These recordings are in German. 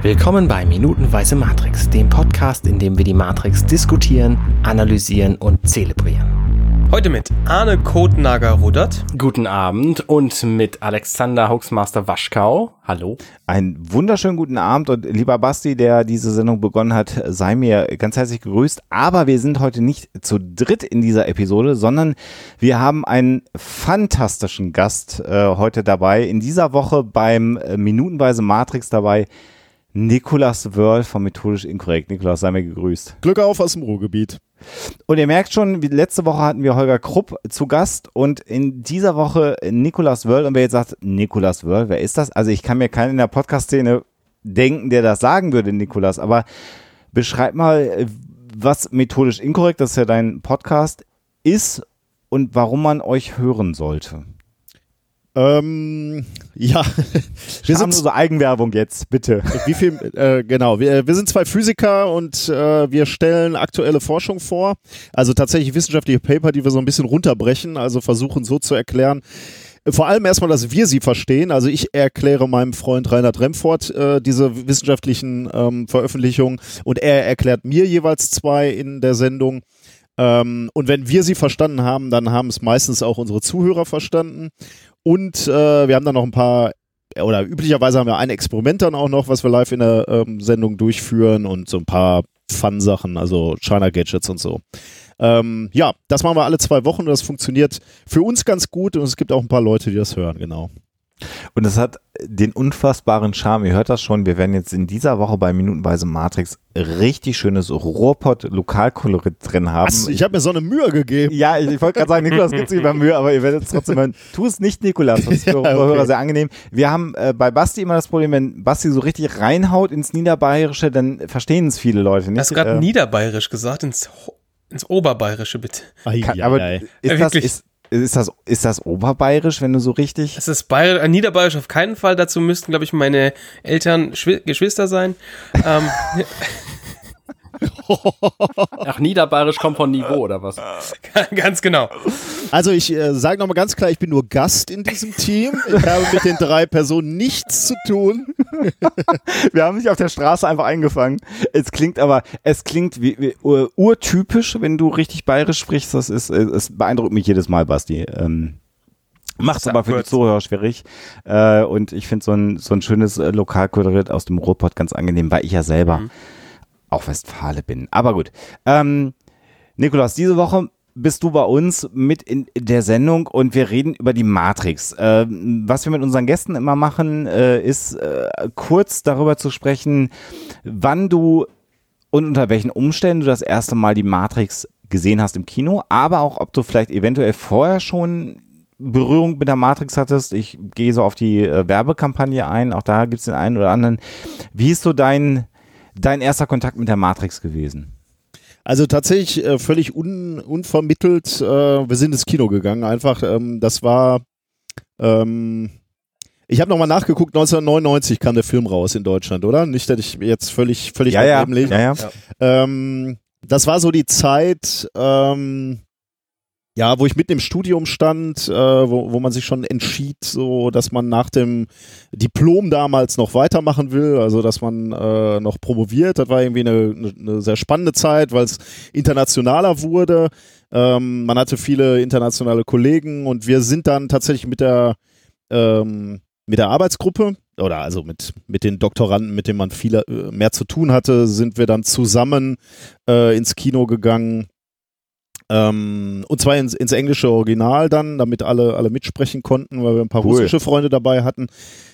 Willkommen bei Minutenweise Matrix, dem Podcast, in dem wir die Matrix diskutieren, analysieren und zelebrieren. Heute mit Arne Kotnager-Rudert. Guten Abend und mit Alexander Hoaxmaster Waschkau. Hallo. Einen wunderschönen guten Abend und lieber Basti, der diese Sendung begonnen hat, sei mir ganz herzlich gegrüßt. Aber wir sind heute nicht zu dritt in dieser Episode, sondern wir haben einen fantastischen Gast heute dabei. In dieser Woche beim Minutenweise Matrix dabei Nicolas Wörl von Methodisch Inkorrekt. Nicolas, sei mir gegrüßt. Glück auf aus dem Ruhrgebiet. Und ihr merkt schon, letzte Woche hatten wir Holger Krupp zu Gast und in dieser Woche Nicolas Wörl. Und wer jetzt sagt, Nicolas Wörl, wer ist das? Also ich kann mir keinen in der Podcast-Szene denken, der das sagen würde, Nicolas. Aber beschreib mal, was Methodisch Inkorrekt, das ist ja dein Podcast, ist und warum man euch hören sollte. Ja, wir sind so Eigenwerbung jetzt, bitte. Wie viel? Genau, wir sind zwei Physiker und wir stellen aktuelle Forschung vor, also tatsächlich wissenschaftliche Paper, die wir so ein bisschen runterbrechen, also versuchen so zu erklären, vor allem erstmal, dass wir sie verstehen. Also ich erkläre meinem Freund Reinhard Remford diese wissenschaftlichen Veröffentlichungen und er erklärt mir jeweils zwei in der Sendung. Und wenn wir sie verstanden haben, dann haben es meistens auch unsere Zuhörer verstanden. Und wir haben dann noch ein paar, oder üblicherweise haben wir ein Experiment dann auch noch, was wir live in der Sendung durchführen und so ein paar Fun-Sachen, also China-Gadgets und so. Ja, das machen wir alle 2 Wochen und das funktioniert für uns ganz gut und es gibt auch ein paar Leute, die das hören, genau. Und es hat den unfassbaren Charme, ihr hört das schon, wir werden jetzt in dieser Woche bei Minutenweise Matrix richtig schönes Ruhrpott-Lokalkolorit drin haben. Was? Ich habe mir so eine Mühe gegeben. Ja, ich wollte gerade sagen, Nikolas gibt sich über Mühe, aber ihr werdet es trotzdem hören. Tu es nicht, Nikolas, das ist für unsere Hörer sehr angenehm. Wir haben bei Basti immer das Problem, wenn Basti so richtig reinhaut ins Niederbayerische, dann verstehen es viele Leute nicht. Hast du gerade Niederbayerisch gesagt? Ins Oberbayerische, bitte. Aber ist das Oberbayerisch, wenn du so richtig... Es ist Niederbayerisch auf keinen Fall. Dazu müssten, glaube ich, meine Eltern Geschwister sein. Ach, Niederbayerisch kommt von Niveau, oder was? Ganz genau. Also ich sage nochmal ganz klar, ich bin nur Gast in diesem Team. Ich habe mit den 3 Personen nichts zu tun. Wir haben dich auf der Straße einfach eingefangen. Es klingt wie urtypisch, wenn du richtig bayerisch sprichst. Es beeindruckt mich jedes Mal, Basti. Macht es aber für die Zuhörer schwierig. Und ich finde so ein schönes Lokalkolorit aus dem Ruhrpott ganz angenehm, weil ich ja selber auch Westfale bin. Aber gut. Nikolas, diese Woche bist du bei uns mit in der Sendung und wir reden über die Matrix. Was wir mit unseren Gästen immer machen, ist kurz darüber zu sprechen, wann du und unter welchen Umständen du das erste Mal die Matrix gesehen hast im Kino, aber auch, ob du vielleicht eventuell vorher schon Berührung mit der Matrix hattest. Ich gehe so auf die Werbekampagne ein, auch da gibt es den einen oder anderen. Wie ist so dein erster Kontakt mit der Matrix gewesen? Also tatsächlich völlig unvermittelt. Wir sind ins Kino gegangen. Einfach, das war. Ich habe nochmal nachgeguckt. 1999 kam der Film raus in Deutschland, oder? Nicht, dass ich jetzt völlig daneben liege. Ja. Das war so die Zeit. Ja, wo ich mitten im Studium stand, wo man sich schon entschied, so, dass man nach dem Diplom damals noch weitermachen will, also dass man noch promoviert. Das war irgendwie eine sehr spannende Zeit, weil es internationaler wurde. Man hatte viele internationale Kollegen und wir sind dann tatsächlich mit der Arbeitsgruppe oder also mit den Doktoranden, mit denen man viel mehr zu tun hatte, sind wir dann zusammen ins Kino gegangen. Und zwar ins englische Original dann, damit alle mitsprechen konnten, weil wir ein paar russische Freunde dabei hatten.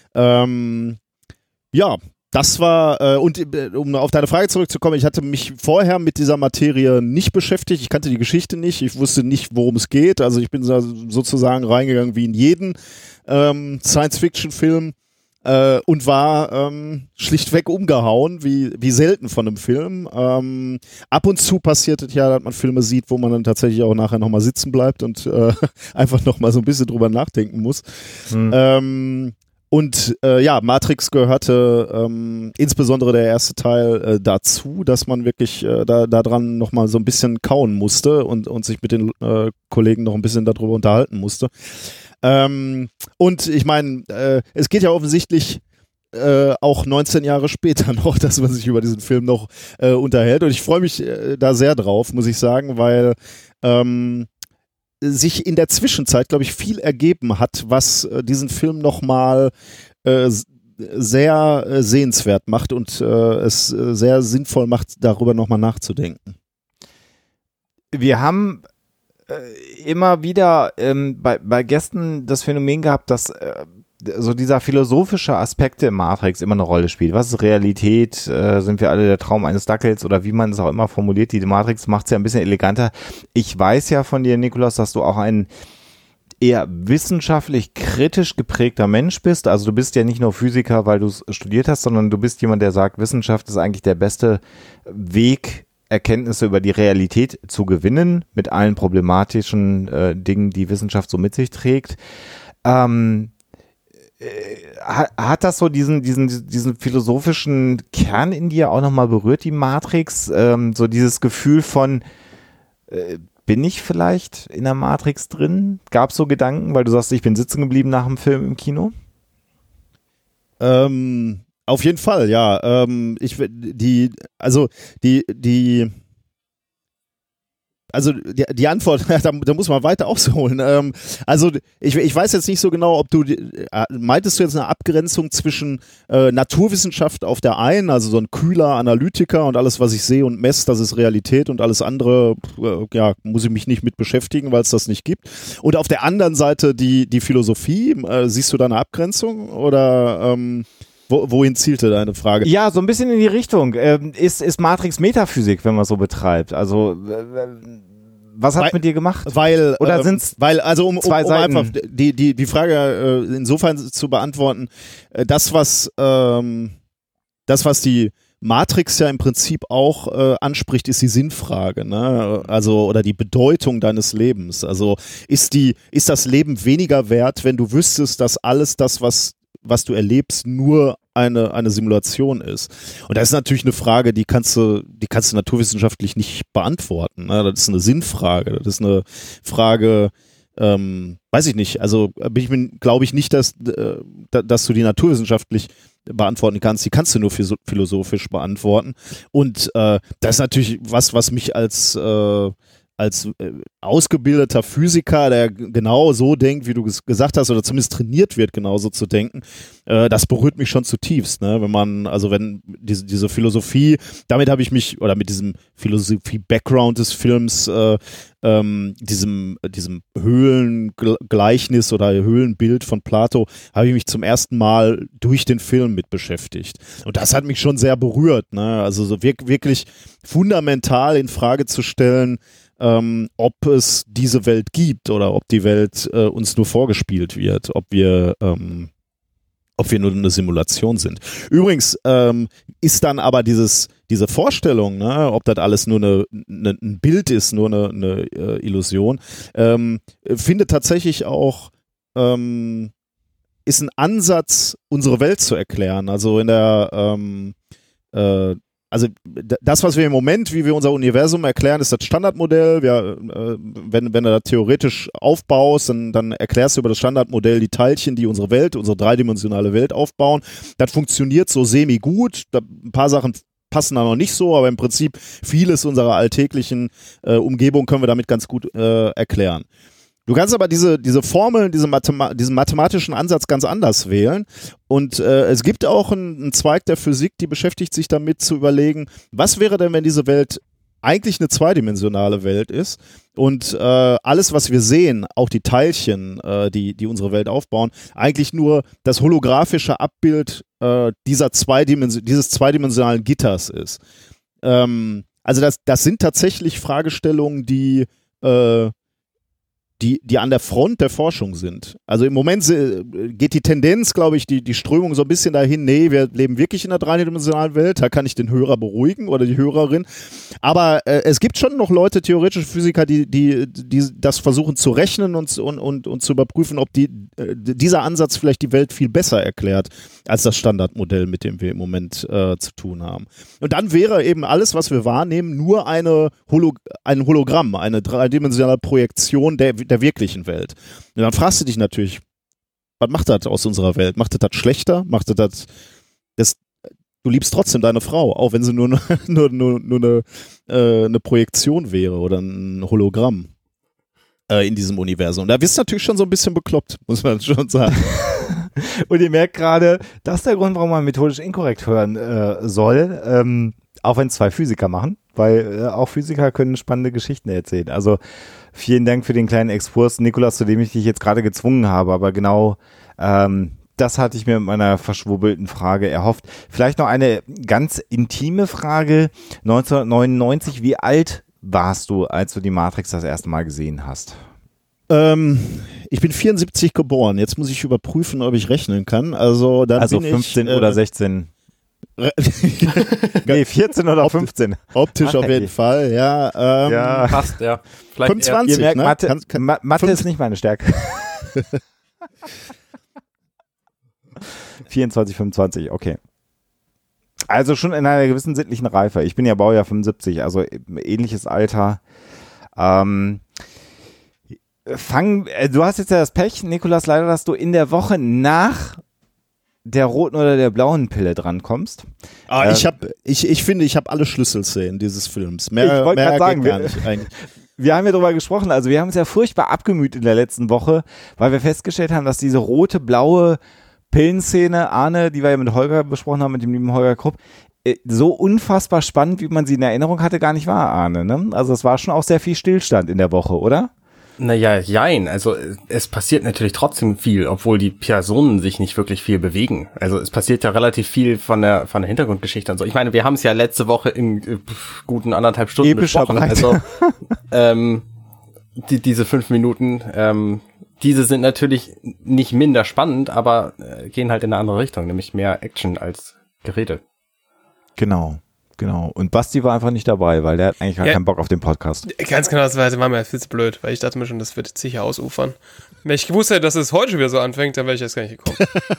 Ja, das war, und um auf deine Frage zurückzukommen, ich hatte mich vorher mit dieser Materie nicht beschäftigt, ich kannte die Geschichte nicht, ich wusste nicht, worum es geht, also ich bin da sozusagen reingegangen wie in jeden Science-Fiction-Film. Und war schlichtweg umgehauen, wie selten von einem Film. Ab und zu passiert es ja, dass man Filme sieht, wo man dann tatsächlich auch nachher nochmal sitzen bleibt und einfach nochmal so ein bisschen drüber nachdenken muss. Ja, Matrix gehörte insbesondere der erste Teil dazu, dass man wirklich da dran nochmal so ein bisschen kauen musste und sich mit den Kollegen noch ein bisschen darüber unterhalten musste. Und ich meine, es geht ja offensichtlich auch 19 Jahre später noch, dass man sich über diesen Film noch unterhält. Und ich freue mich da sehr drauf, muss ich sagen, weil sich in der Zwischenzeit, glaube ich, viel ergeben hat, was diesen Film nochmal sehr sehenswert macht und es sehr sinnvoll macht, darüber nochmal nachzudenken. Wir haben immer wieder bei Gästen das Phänomen gehabt, dass so dieser philosophische Aspekt in Matrix immer eine Rolle spielt. Was ist Realität? Sind wir alle der Traum eines Dackels oder wie man es auch immer formuliert? Die Matrix macht es ja ein bisschen eleganter. Ich weiß ja von dir, Nikolaus, dass du auch ein eher wissenschaftlich kritisch geprägter Mensch bist. Also du bist ja nicht nur Physiker, weil du es studiert hast, sondern du bist jemand, der sagt, Wissenschaft ist eigentlich der beste Weg, Erkenntnisse über die Realität zu gewinnen, mit allen problematischen Dingen, die Wissenschaft so mit sich trägt. Hat das so diesen philosophischen Kern in dir auch nochmal berührt, die Matrix? So dieses Gefühl von, bin ich vielleicht in der Matrix drin? Gab es so Gedanken, weil du sagst, ich bin sitzen geblieben nach dem Film im Kino? Auf jeden Fall, ja. Die Antwort, da muss man weiter ausholen. Ich weiß jetzt nicht so genau, ob meintest du jetzt eine Abgrenzung zwischen Naturwissenschaft auf der einen, also so ein kühler Analytiker und alles, was ich sehe und messe, das ist Realität und alles andere, muss ich mich nicht mit beschäftigen, weil es das nicht gibt. Und auf der anderen Seite die Philosophie, siehst du da eine Abgrenzung oder wohin zielte deine Frage? Ja, so ein bisschen in die Richtung. Ist Matrix Metaphysik, wenn man so betreibt? Also was hat mit dir gemacht? Oder sind's um einfach die Frage insofern zu beantworten, das was die Matrix ja im Prinzip auch anspricht, ist die Sinnfrage, ne? Also, oder die Bedeutung deines Lebens. Also ist das Leben weniger wert, wenn du wüsstest, dass alles das, was du erlebst, nur eine Simulation ist. Und das ist natürlich eine Frage, die kannst du naturwissenschaftlich nicht beantworten. Ne? Das ist eine Sinnfrage. Das ist eine Frage, weiß ich nicht. Also glaube ich nicht, dass du die naturwissenschaftlich beantworten kannst. Die kannst du nur philosophisch beantworten. Und das ist natürlich was mich als ausgebildeter Physiker, der genau so denkt, wie du gesagt hast, oder zumindest trainiert wird, genauso zu denken, das berührt mich schon zutiefst, ne? Wenn diese Philosophie, damit habe ich mich, oder mit diesem Philosophie-Background des Films, diesem Höhlengleichnis oder Höhlenbild von Plato, habe ich mich zum ersten Mal durch den Film mit beschäftigt. Und das hat mich schon sehr berührt, ne? Also so wirklich fundamental in Frage zu stellen, ob es diese Welt gibt oder ob die Welt uns nur vorgespielt wird, ob wir nur eine Simulation sind. Übrigens ist dann aber diese Vorstellung, ne, ob das alles nur ein Bild ist, nur eine Illusion, findet tatsächlich auch ist ein Ansatz, unsere Welt zu erklären. Also das, was wir im Moment, wie wir unser Universum erklären, ist das Standardmodell. Wenn du das theoretisch aufbaust, dann erklärst du über das Standardmodell die Teilchen, die unsere dreidimensionale Welt aufbauen. Das funktioniert so semi-gut. Ein paar Sachen passen da noch nicht so, aber im Prinzip vieles unserer alltäglichen Umgebung können wir damit ganz gut erklären. Du kannst aber diese Formeln, diesen mathematischen Ansatz ganz anders wählen. Und es gibt auch einen Zweig der Physik, die beschäftigt sich damit zu überlegen, was wäre denn, wenn diese Welt eigentlich eine zweidimensionale Welt ist und alles, was wir sehen, auch die Teilchen, die unsere Welt aufbauen, eigentlich nur das holographische Abbild dieses zweidimensionalen Gitters ist. Also das sind tatsächlich Fragestellungen, die an der Front der Forschung sind. Also im Moment geht die Tendenz, glaube ich, die Strömung so ein bisschen dahin, nee, wir leben wirklich in einer dreidimensionalen Welt, da kann ich den Hörer beruhigen oder die Hörerin. Aber es gibt schon noch Leute, theoretische Physiker, die das versuchen zu rechnen und zu überprüfen, ob dieser Ansatz vielleicht die Welt viel besser erklärt, als das Standardmodell, mit dem wir im Moment zu tun haben. Und dann wäre eben alles, was wir wahrnehmen, nur ein Hologramm, eine dreidimensionale Projektion der wirklichen Welt. Und dann fragst du dich natürlich, was macht das aus unserer Welt? Macht das schlechter? Macht das du liebst trotzdem deine Frau, auch wenn sie nur eine Projektion wäre oder ein Hologramm in diesem Universum. Da wirst du natürlich schon so ein bisschen bekloppt, muss man schon sagen. Und ihr merkt gerade, das ist der Grund, warum man methodisch inkorrekt hören soll, auch wenn es zwei Physiker machen, weil auch Physiker können spannende Geschichten erzählen. Also vielen Dank für den kleinen Exkurs, Nikolas, zu dem ich dich jetzt gerade gezwungen habe, aber genau das hatte ich mir mit meiner verschwurbelten Frage erhofft. Vielleicht noch eine ganz intime Frage. 1999, wie alt warst du, als du die Matrix das erste Mal gesehen hast? Ich bin 74 geboren. Jetzt muss ich überprüfen, ob ich rechnen kann. Also 15 oder 16? Nee, 14 oder 15. Optisch auf jeden Fall, ja. Ja, passt, ja. Vielleicht 25, ihr merkt, ne? Mathe ist nicht meine Stärke. 24, 25, okay. Also schon in einer gewissen sittlichen Reife. Ich bin ja Baujahr 75, also ähnliches Alter. Du hast jetzt ja das Pech, Nikolas, leider, dass du in der Woche nach der roten oder der blauen Pille drankommst. Ich finde, ich habe alle Schlüsselszenen dieses Films. Mehr, ich wollte gerade sagen, gar nicht eigentlich. Wir haben ja drüber gesprochen, also wir haben uns ja furchtbar abgemüht in der letzten Woche, weil wir festgestellt haben, dass diese rote, blaue Pillenszene, Arne, die wir ja mit Holger besprochen haben, mit dem lieben Holger Krupp, so unfassbar spannend, wie man sie in Erinnerung hatte, gar nicht war, Arne. Ne? Also es war schon auch sehr viel Stillstand in der Woche, oder? Naja, jein. Also es passiert natürlich trotzdem viel, obwohl die Personen sich nicht wirklich viel bewegen. Also es passiert ja relativ viel von der Hintergrundgeschichte und so. Ich meine, wir haben es ja letzte Woche in guten 1,5 Stunden besprochen. Breit. Also diese 5 Minuten, diese sind natürlich nicht minder spannend, aber gehen halt in eine andere Richtung, nämlich mehr Action als Gerede. Genau. Und Basti war einfach nicht dabei, weil der hat eigentlich gar keinen Bock auf den Podcast. Ganz genau, das war mir viel zu blöd, weil ich dachte mir schon, das wird jetzt sicher ausufern. Wenn ich gewusst hätte, dass es heute schon wieder so anfängt, dann wäre ich jetzt gar nicht gekommen.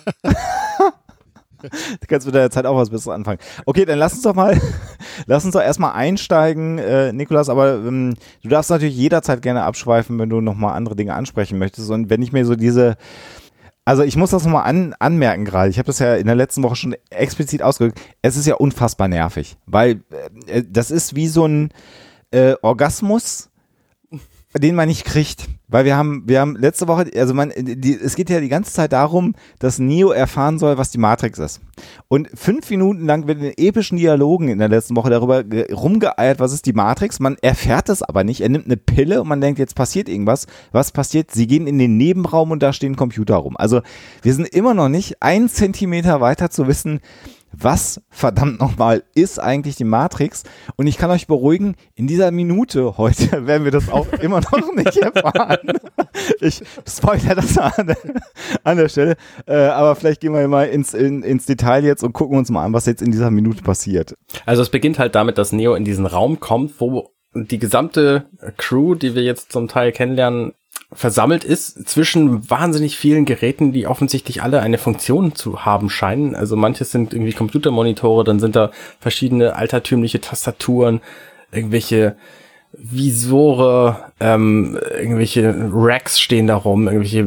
Du kannst mit der Zeit auch was Besseres anfangen. Okay, dann lass uns doch erstmal einsteigen, Nikolas, aber du darfst natürlich jederzeit gerne abschweifen, wenn du nochmal andere Dinge ansprechen möchtest. Und wenn ich mir so also ich muss das nochmal anmerken gerade, ich habe das ja in der letzten Woche schon explizit ausgedrückt, es ist ja unfassbar nervig, weil das ist wie so ein Orgasmus, den man nicht kriegt. Weil wir haben letzte Woche, also es geht ja die ganze Zeit darum, dass Neo erfahren soll, was die Matrix ist. Und 5 Minuten lang wird in epischen Dialogen in der letzten Woche darüber rumgeeiert, was ist die Matrix. Man erfährt es aber nicht. Er nimmt eine Pille und man denkt, jetzt passiert irgendwas. Was passiert? Sie gehen in den Nebenraum und da stehen Computer rum. Also wir sind immer noch nicht 1 Zentimeter weiter zu wissen, was verdammt nochmal ist eigentlich die Matrix? Und ich kann euch beruhigen, in dieser Minute heute werden wir das auch immer noch nicht erfahren. Ich spoilere das an der Stelle. Aber vielleicht gehen wir mal ins Detail jetzt und gucken uns mal an, was jetzt in dieser Minute passiert. Also es beginnt halt damit, dass Neo in diesen Raum kommt, wo die gesamte Crew, die wir jetzt zum Teil kennenlernen, versammelt ist zwischen wahnsinnig vielen Geräten, die offensichtlich alle eine Funktion zu haben scheinen. Also manches sind irgendwie Computermonitore, dann sind da verschiedene altertümliche Tastaturen, irgendwelche Visore, irgendwelche Racks stehen da rum, irgendwelche,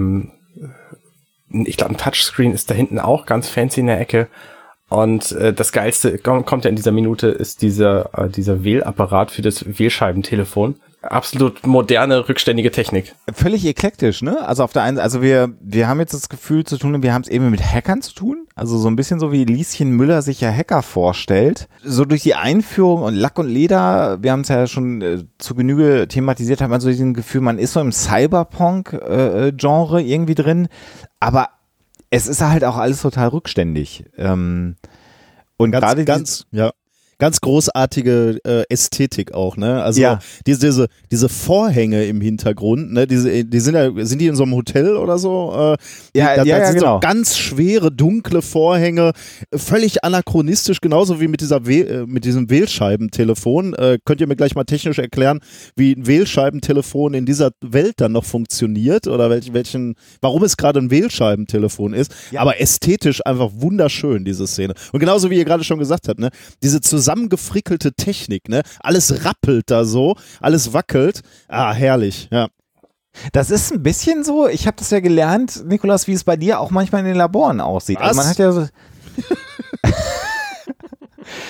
ich glaube ein Touchscreen ist da hinten auch ganz fancy in der Ecke. Und das Geilste kommt ja in dieser Minute, ist dieser Wählapparat für das Wählscheibentelefon. Absolut moderne, rückständige Technik. Völlig eklektisch, ne? Also auf der einen Seite, also wir haben jetzt das Gefühl zu tun, wir haben es eben mit Hackern zu tun. Also so ein bisschen so wie Lieschen Müller sich ja Hacker vorstellt. So durch die Einführung und Lack und Leder, wir haben es ja schon zu Genüge thematisiert, hat man so diesen Gefühl, man ist so im Cyberpunk-Genre irgendwie drin. Aber es ist halt auch alles total rückständig. Und gerade ganz großartige Ästhetik auch, ne? Also ja. diese Vorhänge im Hintergrund, ne? Sind die in so einem Hotel oder so? Da sind genau. so ganz schwere, dunkle Vorhänge, völlig anachronistisch, genauso wie mit diesem Wählscheibentelefon. Könnt ihr mir gleich mal technisch erklären, wie ein Wählscheibentelefon in dieser Welt dann noch funktioniert oder warum es gerade ein Wählscheibentelefon ist? Ja. Aber ästhetisch einfach wunderschön, diese Szene. Und genauso wie ihr gerade schon gesagt habt, ne? Diese zusammengefrickelte Technik, ne? Alles rappelt da so, alles wackelt. Ah, herrlich, ja. Das ist ein bisschen so, ich habe das ja gelernt, Nikolas, wie es bei dir auch manchmal in den Laboren aussieht. Was? Also man hat ja so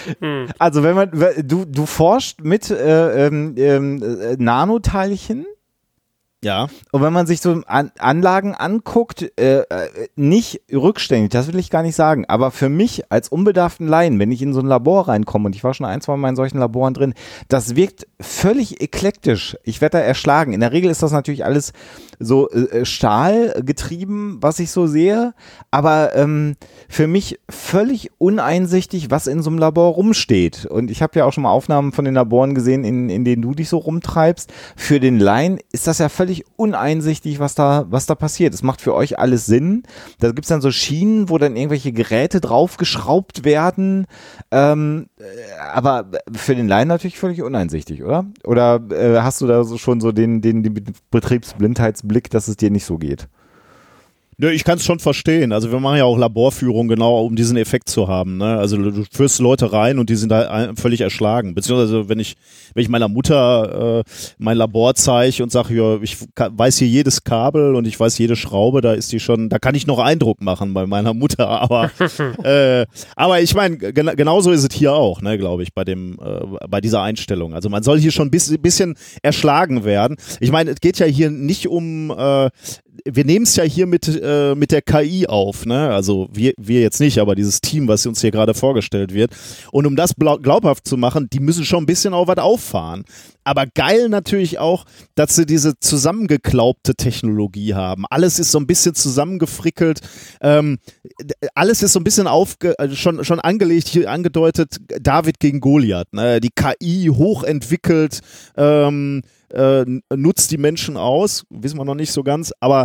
Also wenn man, du forschst mit Nanoteilchen. Ja. Und wenn man sich so Anlagen anguckt, nicht rückständig, das will ich gar nicht sagen, aber für mich als unbedarften Laien, wenn ich in so ein Labor reinkomme, und ich war schon 1-2 Mal in solchen Laboren drin, das wirkt völlig eklektisch. Ich werde da erschlagen. In der Regel ist das natürlich alles so stahlgetrieben, was ich so sehe, aber für mich völlig uneinsichtig, was in so einem Labor rumsteht. Und ich habe ja auch schon mal Aufnahmen von den Laboren gesehen, in denen du dich so rumtreibst. Für den Laien ist das ja völlig uneinsichtig, was da passiert. Es macht für euch alles Sinn. Da gibt es dann so Schienen, wo dann irgendwelche Geräte draufgeschraubt werden. Aber für den Laien natürlich völlig uneinsichtig, oder? Oder hast du da so schon so den Betriebsblindheitsblick, dass es dir nicht so geht? Nö, ich kann es schon verstehen. Also wir machen ja auch Laborführung genau, um diesen Effekt zu haben. Ne? Also du führst Leute rein und die sind da völlig erschlagen. Beziehungsweise wenn ich meiner Mutter mein Labor zeige und sage, ja, ich weiß hier jedes Kabel und ich weiß jede Schraube, da kann ich noch Eindruck machen bei meiner Mutter. Aber ich meine, genauso ist es hier auch, ne, glaube ich, bei dieser Einstellung. Also man soll hier schon ein bisschen erschlagen werden. Ich meine, es geht ja hier nicht um wir nehmen es ja hier mit der KI auf, ne? Also wir jetzt nicht, aber dieses Team, was uns hier gerade vorgestellt wird. Und um das glaubhaft zu machen, die müssen schon ein bisschen auch was auffahren. Aber geil natürlich auch, dass sie diese zusammengeklaubte Technologie haben. Alles ist so ein bisschen zusammengefrickelt. Alles ist so ein bisschen schon angelegt, hier angedeutet, David gegen Goliath. Ne? Die KI hochentwickelt, nutzt die Menschen aus, wissen wir noch nicht so ganz, aber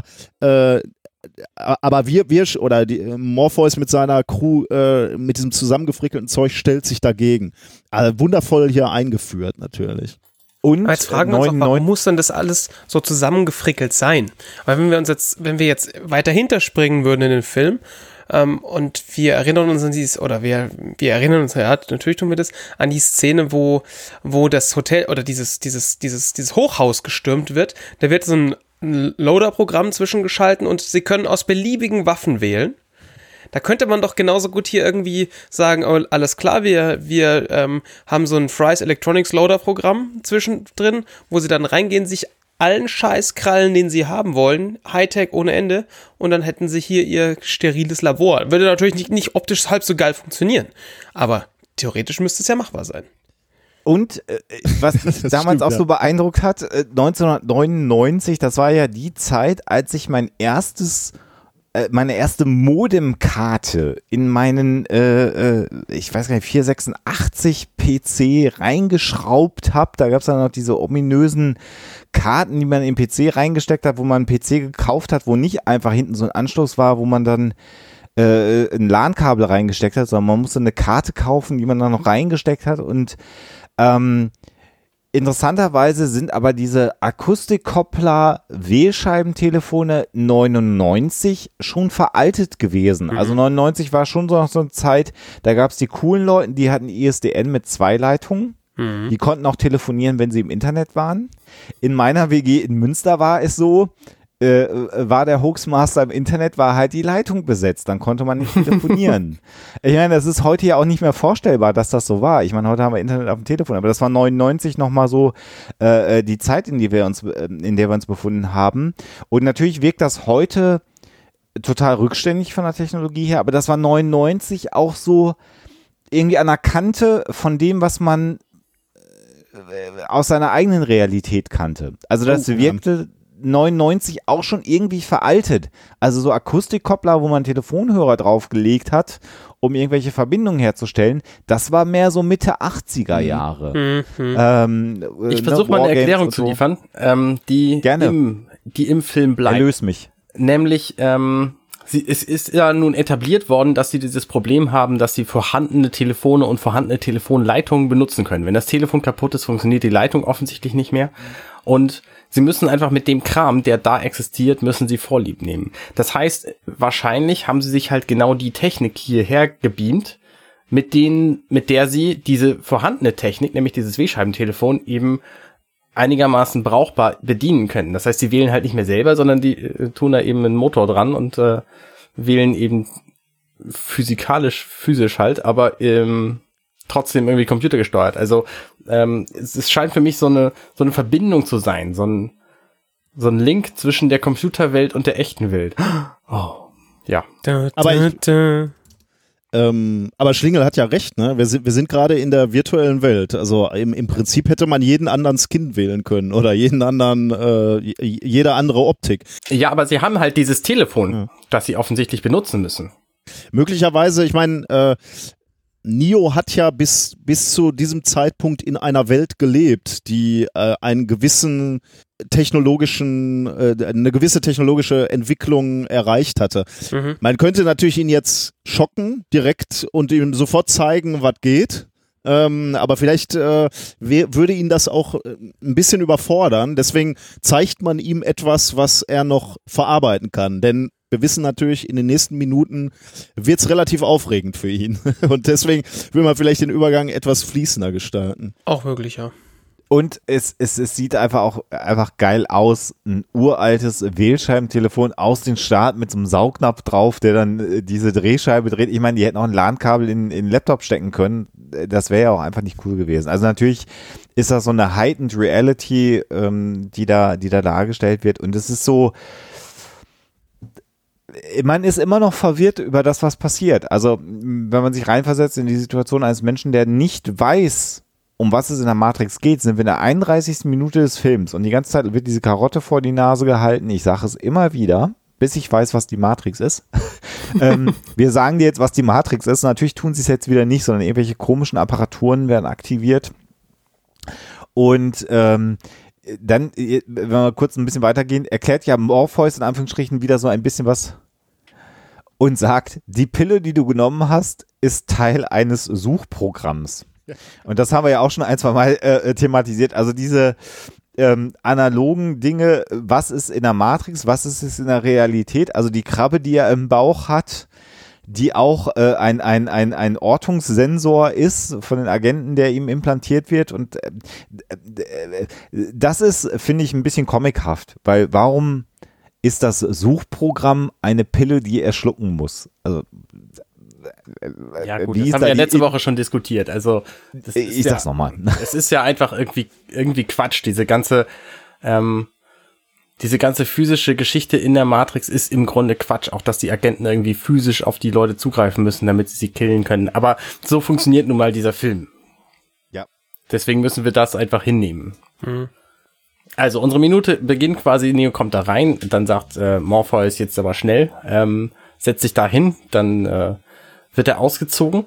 wir oder die Morpheus mit seiner Crew mit diesem zusammengefrickelten Zeug stellt sich dagegen. Also wundervoll hier eingeführt natürlich. Und jetzt fragen wir uns auch, warum muss denn das alles so zusammengefrickelt sein? Weil wenn wir jetzt weiter hinterspringen würden in den Film, und wir erinnern uns an wir erinnern uns, ja, natürlich tun wir das, an die Szene, wo das Hotel oder dieses Hochhaus gestürmt wird, da wird so ein Loader-Programm zwischengeschalten und sie können aus beliebigen Waffen wählen. Da könnte man doch genauso gut hier irgendwie sagen, oh, alles klar, wir haben so ein Fry's Electronics Loader-Programm zwischendrin, wo sie dann reingehen, sich allen Scheiß krallen, den sie haben wollen, Hightech ohne Ende, und dann hätten sie hier ihr steriles Labor. Würde natürlich nicht optisch halb so geil funktionieren, aber theoretisch müsste es ja machbar sein. Und was mich damals auch so beeindruckt hat, 1999, das war ja die Zeit, als ich meine erste Modemkarte in meinen, ich weiß gar nicht, 486 PC reingeschraubt habe. Da gab es dann noch diese ominösen Karten, die man in den PC reingesteckt hat, wo man einen PC gekauft hat, wo nicht einfach hinten so ein Anschluss war, wo man dann ein LAN-Kabel reingesteckt hat, sondern man musste eine Karte kaufen, die man dann noch reingesteckt hat. Und interessanterweise sind aber diese Akustikkoppler-Wählscheibentelefone 99 schon veraltet gewesen. Also 99 war schon so eine Zeit, da gab es die coolen Leute, die hatten ISDN mit 2 Leitungen. Die konnten auch telefonieren, wenn sie im Internet waren. In meiner WG in Münster war es so, war der Hoaxmaster im Internet, war halt die Leitung besetzt, dann konnte man nicht telefonieren. Ich meine, das ist heute ja auch nicht mehr vorstellbar, dass das so war. Ich meine, heute haben wir Internet auf dem Telefon, aber das war 99 nochmal so die Zeit, in der wir uns befunden haben. Und natürlich wirkt das heute total rückständig von der Technologie her, aber das war 99 auch so irgendwie an der Kante von dem, was man aus seiner eigenen Realität kannte. Also das wirkte 99 auch schon irgendwie veraltet. Also so Akustikkoppler, wo man einen Telefonhörer draufgelegt hat, um irgendwelche Verbindungen herzustellen, das war mehr so Mitte 80er Jahre. Ich versuche mal eine Erklärung zu liefern, die im Film bleibt. Erlös mich. Nämlich, es ist ja nun etabliert worden, dass sie dieses Problem haben, dass sie vorhandene Telefone und vorhandene Telefonleitungen benutzen können. Wenn das Telefon kaputt ist, funktioniert die Leitung offensichtlich nicht mehr. Und sie müssen einfach mit dem Kram, der da existiert, müssen sie Vorlieb nehmen. Das heißt, wahrscheinlich haben sie sich halt genau die Technik hierher gebeamt, mit der sie diese vorhandene Technik, nämlich dieses W-Scheibentelefon, eben einigermaßen brauchbar bedienen können. Das heißt, sie wählen halt nicht mehr selber, sondern die tun da eben einen Motor dran und wählen eben physisch halt, aber trotzdem irgendwie computergesteuert. Also es scheint für mich so eine Verbindung zu sein, so ein Link zwischen der Computerwelt und der echten Welt. Oh, ja. Aber Schlingel hat ja recht, ne? Wir sind gerade in der virtuellen Welt. Also im Prinzip hätte man jeden anderen Skin wählen können oder jede andere Optik. Ja, aber sie haben halt dieses Telefon, das sie offensichtlich benutzen müssen. Möglicherweise, ich meine, Neo hat ja bis zu diesem Zeitpunkt in einer Welt gelebt, die eine gewisse technologische Entwicklung erreicht hatte. Mhm. Man könnte natürlich ihn jetzt schocken direkt und ihm sofort zeigen, was geht. Aber vielleicht würde ihn das auch ein bisschen überfordern. Deswegen zeigt man ihm etwas, was er noch verarbeiten kann. Denn wir wissen natürlich, in den nächsten Minuten wird es relativ aufregend für ihn. Und deswegen will man vielleicht den Übergang etwas fließender gestalten. Auch möglich, ja. Und es sieht einfach geil aus. Ein uraltes Wählscheibentelefon aus den Staaten mit so einem Saugnapf drauf, der dann diese Drehscheibe dreht. Ich meine, die hätten auch ein LAN-Kabel in den Laptop stecken können. Das wäre ja auch einfach nicht cool gewesen. Also natürlich ist das so eine Heightened Reality, die da dargestellt wird. Und es ist so, man ist immer noch verwirrt über das, was passiert. Also wenn man sich reinversetzt in die Situation eines Menschen, der nicht weiß, um was es in der Matrix geht, sind wir in der 31. Minute des Films und die ganze Zeit wird diese Karotte vor die Nase gehalten. Ich sage es immer wieder, bis ich weiß, was die Matrix ist. Wir sagen dir jetzt, was die Matrix ist. Natürlich tun sie es jetzt wieder nicht, sondern irgendwelche komischen Apparaturen werden aktiviert. Und dann, wenn wir kurz ein bisschen weitergehen, erklärt ja Morpheus in Anführungsstrichen wieder so ein bisschen was und sagt, die Pille, die du genommen hast, ist Teil eines Suchprogramms. Und das haben wir ja auch schon ein, zwei Mal thematisiert. Also diese analogen Dinge, was ist in der Matrix, was ist es in der Realität? Also die Krabbe, die er im Bauch hat, die auch ein Ortungssensor ist von den Agenten, der ihm implantiert wird. Und das ist, finde ich, ein bisschen comichaft, weil warum ist das Suchprogramm eine Pille, die er schlucken muss? Also ja gut, das haben wir ja letzte Woche schon diskutiert. Also ich sag's nochmal. Es ist ja einfach irgendwie Quatsch. Diese ganze physische Geschichte in der Matrix ist im Grunde Quatsch. Auch, dass die Agenten irgendwie physisch auf die Leute zugreifen müssen, damit sie killen können. Aber so funktioniert nun mal dieser Film. Ja. Deswegen müssen wir das einfach hinnehmen. Mhm. Also unsere Minute beginnt quasi, Neo kommt da rein, dann sagt Morpheus jetzt aber schnell, setzt sich da hin, dann wird er ausgezogen.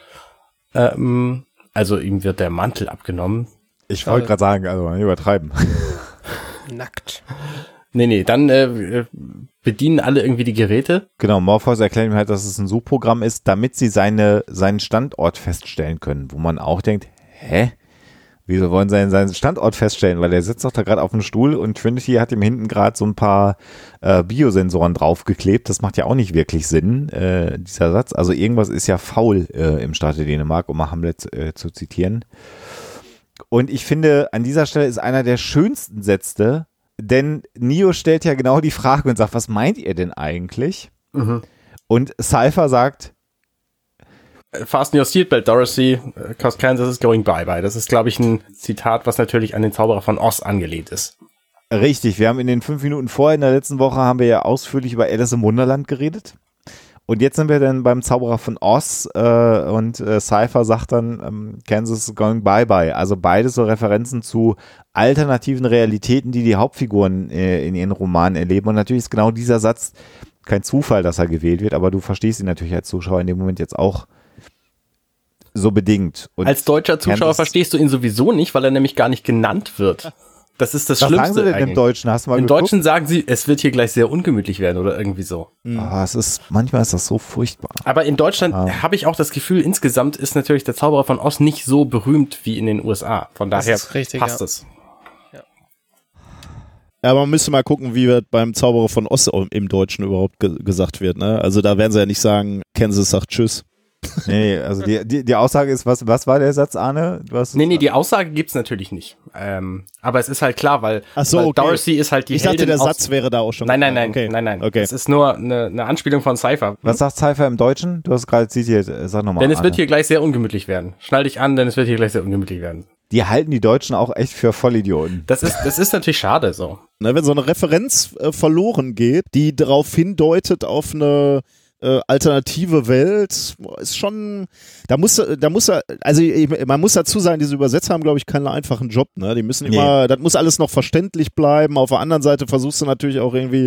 Also ihm wird der Mantel abgenommen. Ich wollte gerade sagen, also nicht übertreiben. Nackt. Nee, dann bedienen alle irgendwie die Geräte. Genau, Morpheus erklärt ihm halt, dass es ein Suchprogramm ist, damit sie seinen Standort feststellen können, wo man auch denkt, wieso wollen sie seinen Standort feststellen? Weil der sitzt doch da gerade auf dem Stuhl und Trinity hat ihm hinten gerade so ein paar Biosensoren draufgeklebt. Das macht ja auch nicht wirklich Sinn, dieser Satz. Also irgendwas ist ja faul im Staate Dänemark, um mal Hamlet zu zitieren. Und ich finde, an dieser Stelle ist einer der schönsten Sätze, denn Neo stellt ja genau die Frage und sagt, was meint ihr denn eigentlich? Mhm. Und Cypher sagt, Fasten your seatbelt, Dorothy, cause Kansas is going bye-bye. Das ist, glaube ich, ein Zitat, was natürlich an den Zauberer von Oz angelehnt ist. Richtig, wir haben in den 5 Minuten vorher, in der letzten Woche, haben wir ja ausführlich über Alice im Wunderland geredet. Und jetzt sind wir dann beim Zauberer von Oz und Cypher sagt dann, Kansas is going bye-bye. Also beides so Referenzen zu alternativen Realitäten, die Hauptfiguren in ihren Romanen erleben. Und natürlich ist genau dieser Satz kein Zufall, dass er gewählt wird, aber du verstehst ihn natürlich als Zuschauer in dem Moment jetzt auch so bedingt. Und als deutscher Zuschauer verstehst du ihn sowieso nicht, weil er nämlich gar nicht genannt wird. Das ist das Schlimmste. Was sagen sie denn im Deutschen? Hast du mal Im Deutschen sagen sie, es wird hier gleich sehr ungemütlich werden oder irgendwie so. Manchmal ist das so furchtbar. Aber in Deutschland habe ich auch das Gefühl, insgesamt ist natürlich der Zauberer von Oz nicht so berühmt wie in den USA. Von daher passt es. Ja, man müsste mal gucken, wie beim Zauberer von Oz im Deutschen überhaupt gesagt wird. Ne? Also da werden sie ja nicht sagen, Kansas sagt Tschüss. Nee, also die Aussage ist, was war der Satz, Arne? Nee, die Aussage gibt's natürlich nicht. Aber es ist halt klar, weil Dorothy ist halt die Heldin. Ich dachte, der Satz wäre da auch schon. Nein. Okay. Es ist nur eine Anspielung von Cypher. Was sagt Cypher im Deutschen? Du hast gerade zitiert, sag nochmal. Denn es wird hier gleich sehr ungemütlich werden. Schnall dich an, denn es wird hier gleich sehr ungemütlich werden. Die halten die Deutschen auch echt für Vollidioten. Das ist natürlich schade so. Na, wenn so eine Referenz verloren geht, die darauf hindeutet auf eine alternative Welt, ist schon, man muss dazu sagen, diese Übersetzer haben, glaube ich, keinen einfachen Job, ne? Die müssen immer, das muss alles noch verständlich bleiben. Auf der anderen Seite versuchst du natürlich auch irgendwie,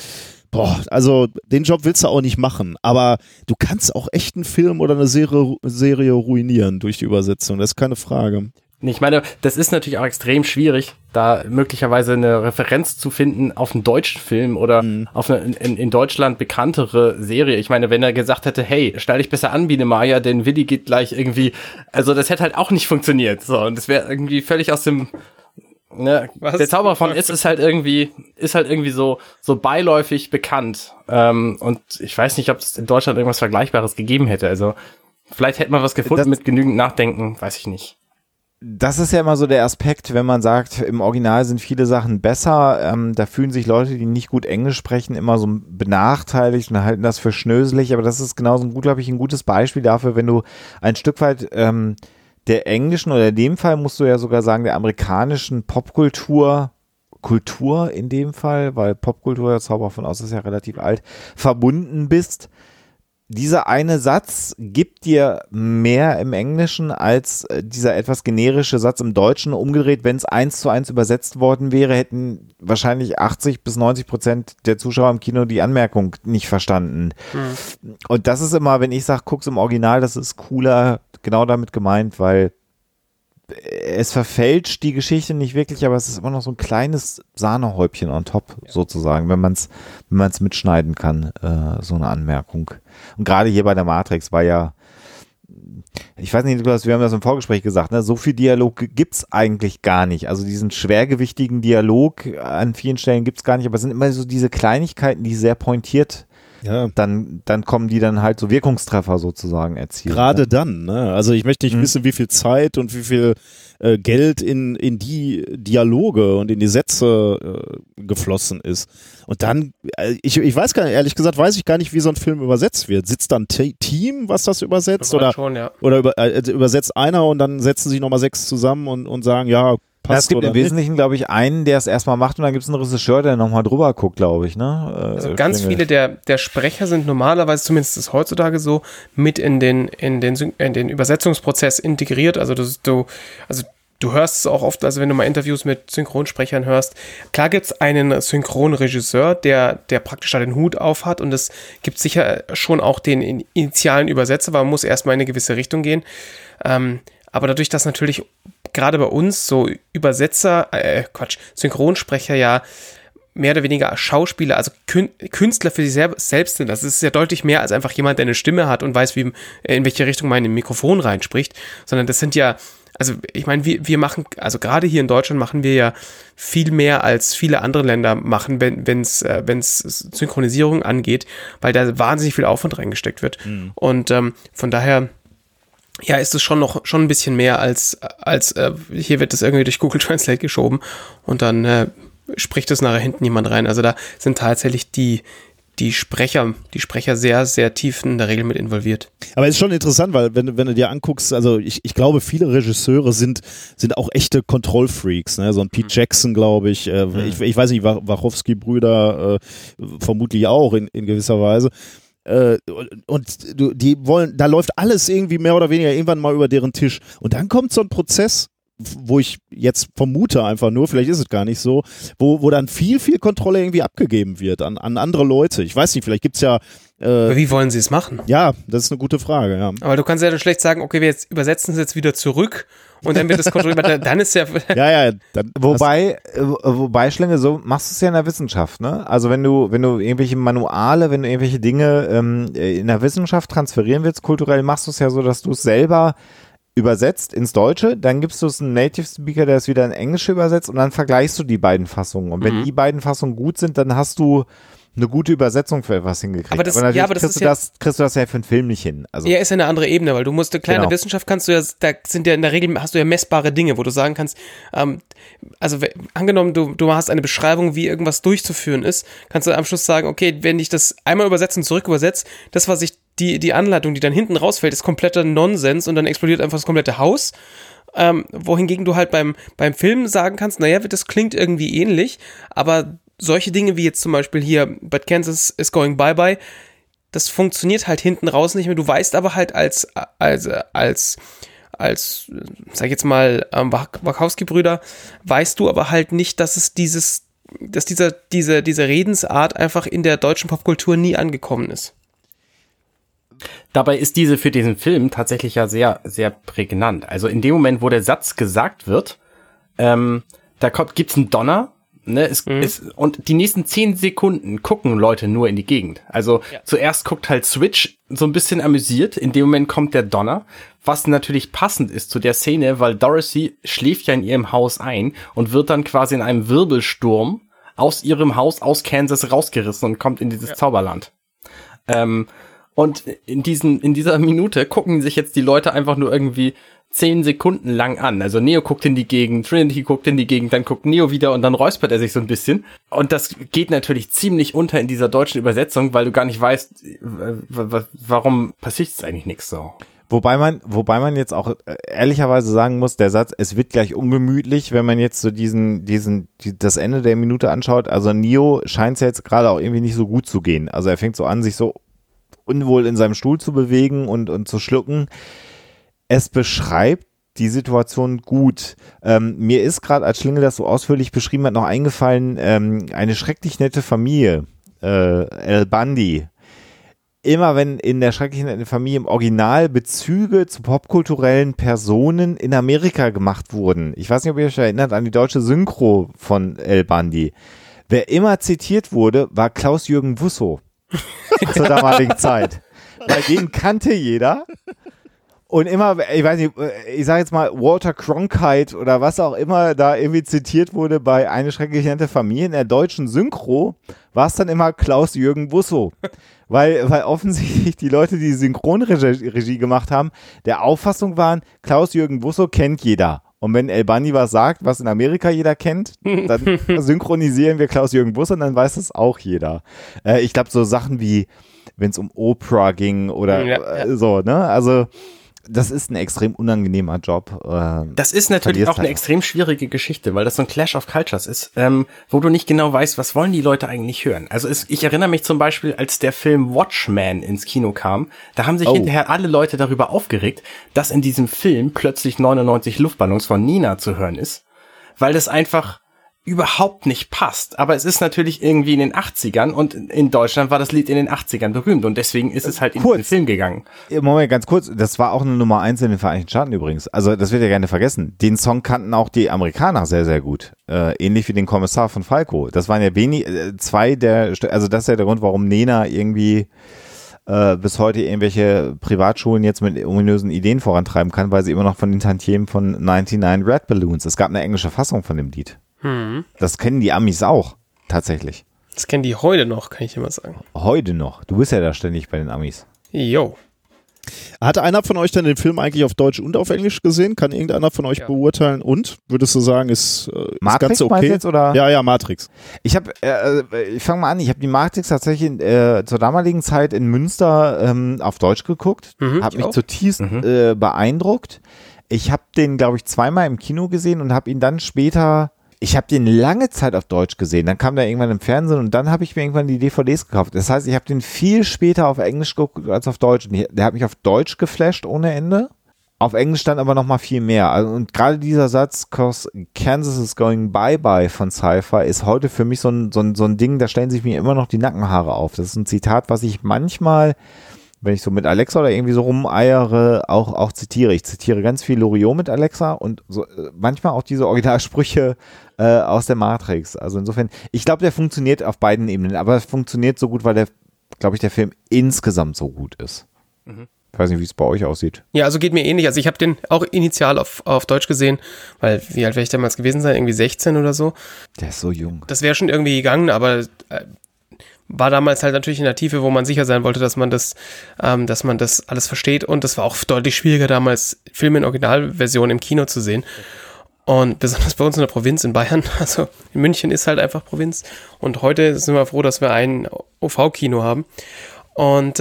also den Job willst du auch nicht machen, aber du kannst auch echt einen Film oder eine Serie ruinieren durch die Übersetzung, das ist keine Frage. Ich meine, das ist natürlich auch extrem schwierig, da möglicherweise eine Referenz zu finden auf einen deutschen Film oder auf eine in Deutschland bekanntere Serie. Ich meine, wenn er gesagt hätte, hey, stell dich besser an, Biene Maya, denn Willi geht gleich irgendwie, also das hätte halt auch nicht funktioniert. So, und das wäre irgendwie völlig aus dem, ne, der Zauber von ist halt irgendwie so beiläufig bekannt. Und ich weiß nicht, ob es in Deutschland irgendwas Vergleichbares gegeben hätte. Also vielleicht hätte man was gefunden mit genügend Nachdenken, weiß ich nicht. Das ist ja immer so der Aspekt, wenn man sagt, im Original sind viele Sachen besser, da fühlen sich Leute, die nicht gut Englisch sprechen, immer so benachteiligt und halten das für schnöselig, aber das ist genauso glaube ich, ein gutes Beispiel dafür, wenn du ein Stück weit der englischen oder in dem Fall musst du ja sogar sagen, der amerikanischen Popkultur in dem Fall, weil Popkultur, der Zauber von Oz ist ja relativ alt, verbunden bist. Dieser eine Satz gibt dir mehr im Englischen als dieser etwas generische Satz im Deutschen. Umgedreht, wenn es 1:1 übersetzt worden wäre, hätten wahrscheinlich 80-90% der Zuschauer im Kino die Anmerkung nicht verstanden. Und das ist immer, wenn ich sage, guck's im Original, das ist cooler, genau damit gemeint, weil es verfälscht die Geschichte nicht wirklich, aber es ist immer noch so ein kleines Sahnehäubchen on top, sozusagen, wenn man es mitschneiden kann, so eine Anmerkung. Und gerade hier bei der Matrix war ja, ich weiß nicht, Niklas, wir haben das im Vorgespräch gesagt, ne, so viel Dialog gibt's eigentlich gar nicht. Also diesen schwergewichtigen Dialog an vielen Stellen gibt's gar nicht, aber es sind immer so diese Kleinigkeiten, die sehr pointiert dann kommen die dann halt so Wirkungstreffer sozusagen erzielen. Gerade dann, ne? Also ich möchte nicht wissen, wie viel Zeit und wie viel Geld in die Dialoge und in die Sätze geflossen ist. Und dann, ich weiß gar nicht, ehrlich gesagt, weiß ich gar nicht, wie so ein Film übersetzt wird. Sitzt dann ein Team, was das übersetzt? Oder übersetzt einer und dann setzen sich nochmal 6 zusammen und sagen, ja, passt. Es gibt im Wesentlichen, glaube ich, einen, der es erstmal macht und dann gibt es einen Regisseur, der nochmal drüber guckt, glaube ich. Ne? Also ganz viele der Sprecher sind normalerweise, zumindest ist es heutzutage so, mit in den Übersetzungsprozess integriert. Also du hörst es auch oft, also wenn du mal Interviews mit Synchronsprechern hörst, klar gibt es einen Synchronregisseur, der praktisch da den Hut auf hat und es gibt sicher schon auch den initialen Übersetzer, weil man muss erstmal in eine gewisse Richtung gehen. Aber dadurch, dass natürlich gerade bei uns so Synchronsprecher ja mehr oder weniger Schauspieler, also Künstler für sich selbst sind. Das ist ja deutlich mehr als einfach jemand, der eine Stimme hat und weiß, in welche Richtung man in ein Mikrofon reinspricht, sondern das sind ja, also ich meine, wir machen, also gerade hier in Deutschland machen wir ja viel mehr als viele andere Länder machen, wenn es Synchronisierung angeht, weil da wahnsinnig viel Aufwand reingesteckt wird. Und von daher ja, ist es schon ein bisschen mehr als hier wird das irgendwie durch Google Translate geschoben und dann spricht es nachher hinten jemand rein. Also da sind tatsächlich die Sprecher sehr, sehr tief in der Regel mit involviert. Aber es ist schon interessant, weil wenn du dir anguckst, also ich glaube, viele Regisseure sind auch echte Kontrollfreaks, ne? So ein Pete Jackson, glaube ich. Ich weiß nicht, Wachowski-Brüder vermutlich auch in gewisser Weise. Und die wollen, da läuft alles irgendwie mehr oder weniger irgendwann mal über deren Tisch. Und dann kommt so ein Prozess, wo ich jetzt vermute einfach nur, vielleicht ist es gar nicht so, wo dann viel, viel Kontrolle irgendwie abgegeben wird an andere Leute. Ich weiß nicht, vielleicht gibt's ja aber wie wollen sie es machen? Ja, das ist eine gute Frage, ja. Aber du kannst ja dann schlecht sagen, okay, wir übersetzen es jetzt wieder zurück und dann wird es kontrolliert, dann ist ja... Wobei, Schlinge, so machst du es ja in der Wissenschaft, ne? Also wenn du irgendwelche Manuale, wenn du irgendwelche Dinge in der Wissenschaft transferieren willst, kulturell machst du es ja so, dass du es selber übersetzt ins Deutsche, dann gibst du es einem Native Speaker, der es wieder in Englische übersetzt und dann vergleichst du die beiden Fassungen. Und wenn die beiden Fassungen gut sind, dann hast du eine gute Übersetzung für etwas hingekriegt. Aber natürlich kriegst du das ja für einen Film nicht hin. Also, ja, ist ja eine andere Ebene, weil du musst, klar, in der Wissenschaft kannst du ja, da sind ja in der Regel, hast du ja messbare Dinge, wo du sagen kannst, also angenommen, du hast eine Beschreibung, wie irgendwas durchzuführen ist, kannst du am Schluss sagen, okay, wenn ich das einmal übersetze und zurück übersetze, das, was ich, die Anleitung, die dann hinten rausfällt, ist kompletter Nonsens und dann explodiert einfach das komplette Haus. Wohingegen du halt beim Film sagen kannst, naja, das klingt irgendwie ähnlich, aber solche Dinge wie jetzt zum Beispiel hier, But Kansas is going bye-bye, das funktioniert halt hinten raus nicht mehr. Du weißt aber halt als sag ich jetzt mal, Wachowski-Brüder, weißt du aber halt nicht, dass diese Redensart einfach in der deutschen Popkultur nie angekommen ist. Dabei ist diese für diesen Film tatsächlich ja sehr, sehr prägnant. Also in dem Moment, wo der Satz gesagt wird, gibt's einen Donner, ne, und die nächsten 10 Sekunden gucken Leute nur in die Gegend. Also zuerst guckt halt Switch so ein bisschen amüsiert, in dem Moment kommt der Donner, was natürlich passend ist zu der Szene, weil Dorothy schläft ja in ihrem Haus ein und wird dann quasi in einem Wirbelsturm aus ihrem Haus aus Kansas rausgerissen und kommt in dieses Zauberland. Und in dieser Minute gucken sich jetzt die Leute einfach nur irgendwie 10 Sekunden lang an. Also Neo guckt in die Gegend, Trinity guckt in die Gegend, dann guckt Neo wieder und dann räuspert er sich so ein bisschen. Und das geht natürlich ziemlich unter in dieser deutschen Übersetzung, weil du gar nicht weißt, warum passiert jetzt eigentlich nichts so. Wobei man jetzt auch ehrlicherweise sagen muss, der Satz, es wird gleich ungemütlich, wenn man jetzt so das Ende der Minute anschaut. Also Neo scheint es jetzt gerade auch irgendwie nicht so gut zu gehen. Also er fängt so an, sich so unwohl in seinem Stuhl zu bewegen und zu schlucken. Es beschreibt die Situation gut. Mir ist gerade, als Schlingel das so ausführlich beschrieben hat, noch eingefallen, eine schrecklich nette Familie, El Bundy. Immer wenn in der schrecklich netten Familie im Original Bezüge zu popkulturellen Personen in Amerika gemacht wurden. Ich weiß nicht, ob ihr euch erinnert an die deutsche Synchro von El Bundy. Wer immer zitiert wurde, war Klaus-Jürgen Wusso. Zur damaligen Zeit. Weil den kannte jeder. Und immer, ich weiß nicht, ich sage jetzt mal Walter Cronkite oder was auch immer da irgendwie zitiert wurde bei Eine schrecklich nette Familie. In der deutschen Synchro war es dann immer Klaus-Jürgen Wusso. Weil offensichtlich die Leute, die Synchronregie gemacht haben, der Auffassung waren, Klaus-Jürgen Wusso kennt jeder. Und wenn El Bundy was sagt, was in Amerika jeder kennt, dann synchronisieren wir Klaus-Jürgen Wusso und dann weiß es auch jeder. Ich glaube, so Sachen wie, wenn es um Oprah ging oder so, ne? Also das ist ein extrem unangenehmer Job. Das ist natürlich auch eine extrem schwierige Geschichte, weil das so ein Clash of Cultures ist, wo du nicht genau weißt, was wollen die Leute eigentlich hören. Also ich erinnere mich zum Beispiel, als der Film Watchmen ins Kino kam, da haben sich hinterher alle Leute darüber aufgeregt, dass in diesem Film plötzlich 99 Luftballons von Nina zu hören ist, weil das einfach überhaupt nicht passt. Aber es ist natürlich irgendwie in den 80ern und in Deutschland war das Lied in den 80ern berühmt und deswegen ist es halt in den Film gegangen. Moment, ganz kurz. Das war auch eine Nummer 1 in den Vereinigten Staaten übrigens. Also das wird ja gerne vergessen. Den Song kannten auch die Amerikaner sehr, sehr gut. Ähnlich wie den Kommissar von Falco. Das waren ja zwei der, also das ist ja der Grund, warum Nena irgendwie bis heute irgendwelche Privatschulen jetzt mit ominösen Ideen vorantreiben kann, weil sie immer noch von den Tantiemen von 99 Red Balloons. Es gab eine englische Fassung von dem Lied. Das kennen die Amis auch, tatsächlich. Das kennen die heute noch, kann ich immer sagen. Heute noch? Du bist ja da ständig bei den Amis. Jo. Hatte einer von euch denn den Film eigentlich auf Deutsch und auf Englisch gesehen? Kann irgendeiner von euch beurteilen? Und? Würdest du sagen, ist Matrix ganz okay? Jetzt, oder? Ja, Matrix. Ich fange mal an, ich habe die Matrix tatsächlich zur damaligen Zeit in Münster auf Deutsch geguckt. Habe mich zutiefst beeindruckt. Ich habe den, glaube ich, zweimal im Kino gesehen und habe ihn dann später... Ich habe den lange Zeit auf Deutsch gesehen, dann kam der irgendwann im Fernsehen und dann habe ich mir irgendwann die DVDs gekauft. Das heißt, ich habe den viel später auf Englisch geguckt als auf Deutsch. Und der hat mich auf Deutsch geflasht ohne Ende. Auf Englisch dann aber noch mal viel mehr. Also, und gerade dieser Satz, "'Cause Kansas is going bye-bye" von Cypher ist heute für mich so ein Ding, da stellen sich mir immer noch die Nackenhaare auf. Das ist ein Zitat, was ich manchmal, wenn ich so mit Alexa oder irgendwie so rumeiere, auch zitiere. Ich zitiere ganz viel Loriot mit Alexa und so, manchmal auch diese Originalsprüche aus der Matrix. Also insofern, ich glaube, der funktioniert auf beiden Ebenen, aber es funktioniert so gut, weil der Film insgesamt so gut ist. Ich weiß nicht, wie es bei euch aussieht. Ja, also geht mir ähnlich. Also ich habe den auch initial auf Deutsch gesehen, weil wie alt wäre ich damals gewesen sein? Irgendwie 16 oder so. Der ist so jung. Das wäre schon irgendwie gegangen, aber war damals halt natürlich in der Tiefe, wo man sicher sein wollte, dass man das alles versteht. Und das war auch deutlich schwieriger damals, Filme in Originalversion im Kino zu sehen. Und besonders bei uns in der Provinz in Bayern, also in München ist halt einfach Provinz. Und heute sind wir froh, dass wir ein OV-Kino haben. Und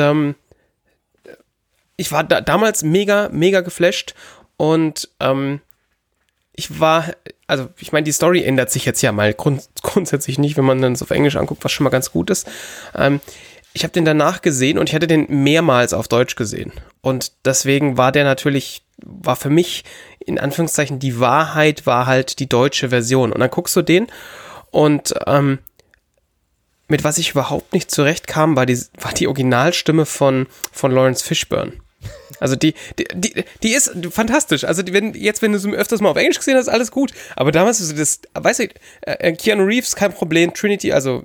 ich war damals mega, mega geflasht. Und ich meine, die Story ändert sich jetzt ja mal grundsätzlich nicht, wenn man dann es auf Englisch anguckt, was schon mal ganz gut ist. Ich habe den danach gesehen und ich hatte den mehrmals auf Deutsch gesehen. Und deswegen war für mich in Anführungszeichen die Wahrheit war halt die deutsche Version. Und dann guckst du den und mit was ich überhaupt nicht zurechtkam, war die Originalstimme von Lawrence Fishburne. Also die ist fantastisch. Also wenn du so öfters mal auf Englisch gesehen hast, alles gut. Aber damals ist das, weißt du, Keanu Reeves, kein Problem, Trinity, also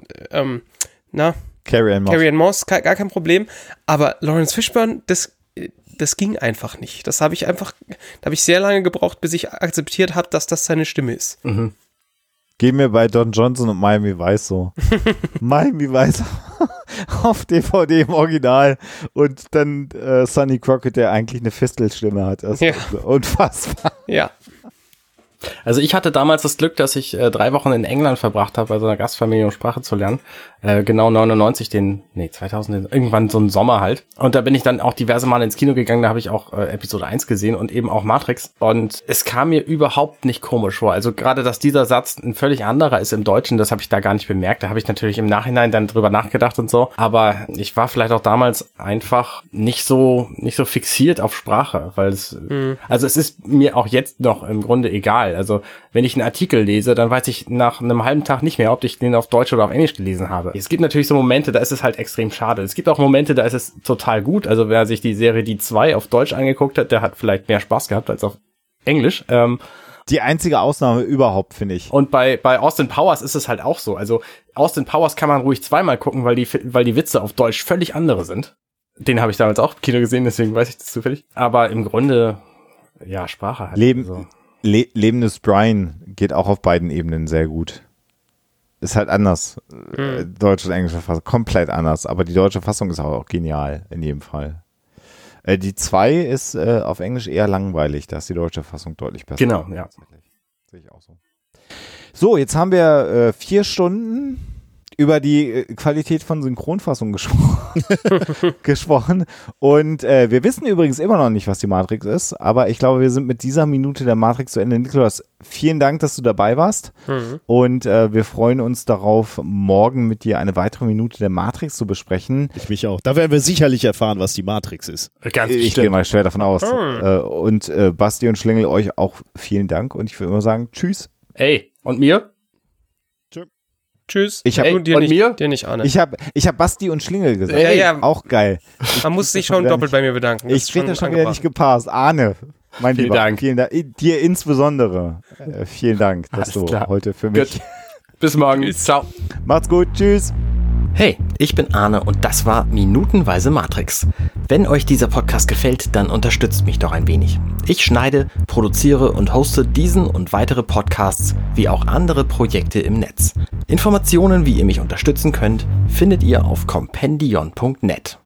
Carrie-Ann Moss, gar kein Problem. Aber Lawrence Fishburne, das ging einfach nicht. Da habe ich sehr lange gebraucht, bis ich akzeptiert habe, dass das seine Stimme ist. Mhm. Geht mir bei Don Johnson und Miami Vice so. Miami Vice auf DVD im Original und dann Sonny Crockett, der eigentlich eine Fistelstimme hat. Das ist unfassbar. Ja. Also ich hatte damals das Glück, dass ich 3 Wochen in England verbracht habe, bei so einer Gastfamilie, um Sprache zu lernen. Genau 2000, irgendwann so einen Sommer halt. Und da bin ich dann auch diverse Male ins Kino gegangen, da habe ich auch Episode 1 gesehen und eben auch Matrix. Und es kam mir überhaupt nicht komisch vor. Also gerade, dass dieser Satz ein völlig anderer ist im Deutschen, das habe ich da gar nicht bemerkt. Da habe ich natürlich im Nachhinein dann drüber nachgedacht und so. Aber ich war vielleicht auch damals einfach nicht so fixiert auf Sprache, weil also es ist mir auch jetzt noch im Grunde egal. Also wenn ich einen Artikel lese, dann weiß ich nach einem halben Tag nicht mehr, ob ich den auf Deutsch oder auf Englisch gelesen habe. Es gibt natürlich so Momente, da ist es halt extrem schade. Es gibt auch Momente, da ist es total gut. Also wer sich die Serie Die 2 auf Deutsch angeguckt hat, der hat vielleicht mehr Spaß gehabt als auf Englisch. Die einzige Ausnahme überhaupt, finde ich. Und bei Austin Powers ist es halt auch so. Also Austin Powers kann man ruhig zweimal gucken, weil die Witze auf Deutsch völlig andere sind. Den habe ich damals auch im Kino gesehen, deswegen weiß ich das zufällig. Aber im Grunde, ja, Sprache halt. Leben des Brian geht auch auf beiden Ebenen sehr gut. Ist halt anders. Deutsche und englische Fassung komplett anders, aber die deutsche Fassung ist auch genial in jedem Fall. Die 2 ist auf Englisch eher langweilig, da ist die deutsche Fassung deutlich besser. Genau, ja. Sehe ich auch so. So, jetzt haben wir 4 Stunden über die Qualität von Synchronfassung gesprochen. Und wir wissen übrigens immer noch nicht, was die Matrix ist, aber ich glaube, wir sind mit dieser Minute der Matrix zu Ende. Nikolaus, vielen Dank, dass du dabei warst. Und wir freuen uns darauf, morgen mit dir eine weitere Minute der Matrix zu besprechen. Ich mich auch. Da werden wir sicherlich erfahren, was die Matrix ist. Ich gehe mal schwer davon aus. Und Basti und Schlingel, euch auch vielen Dank. Und ich würde immer sagen, tschüss. Ey, und mir? Tschüss. Dir nicht, Arne. Ich hab Basti und Schlingel gesagt. Ja. Auch geil. Man muss sich schon doppelt bei mir bedanken. Ich kriege das schon wieder nicht gepasst. Arne, mein Lieber. Dank. Vielen Dank. Dir insbesondere. Vielen Dank, dass du heute für mich... Gut. Bis morgen. Ciao. Macht's gut. Tschüss. Hey, ich bin Arne und das war Minutenweise Matrix. Wenn euch dieser Podcast gefällt, dann unterstützt mich doch ein wenig. Ich schneide, produziere und hoste diesen und weitere Podcasts wie auch andere Projekte im Netz. Informationen, wie ihr mich unterstützen könnt, findet ihr auf compendion.net.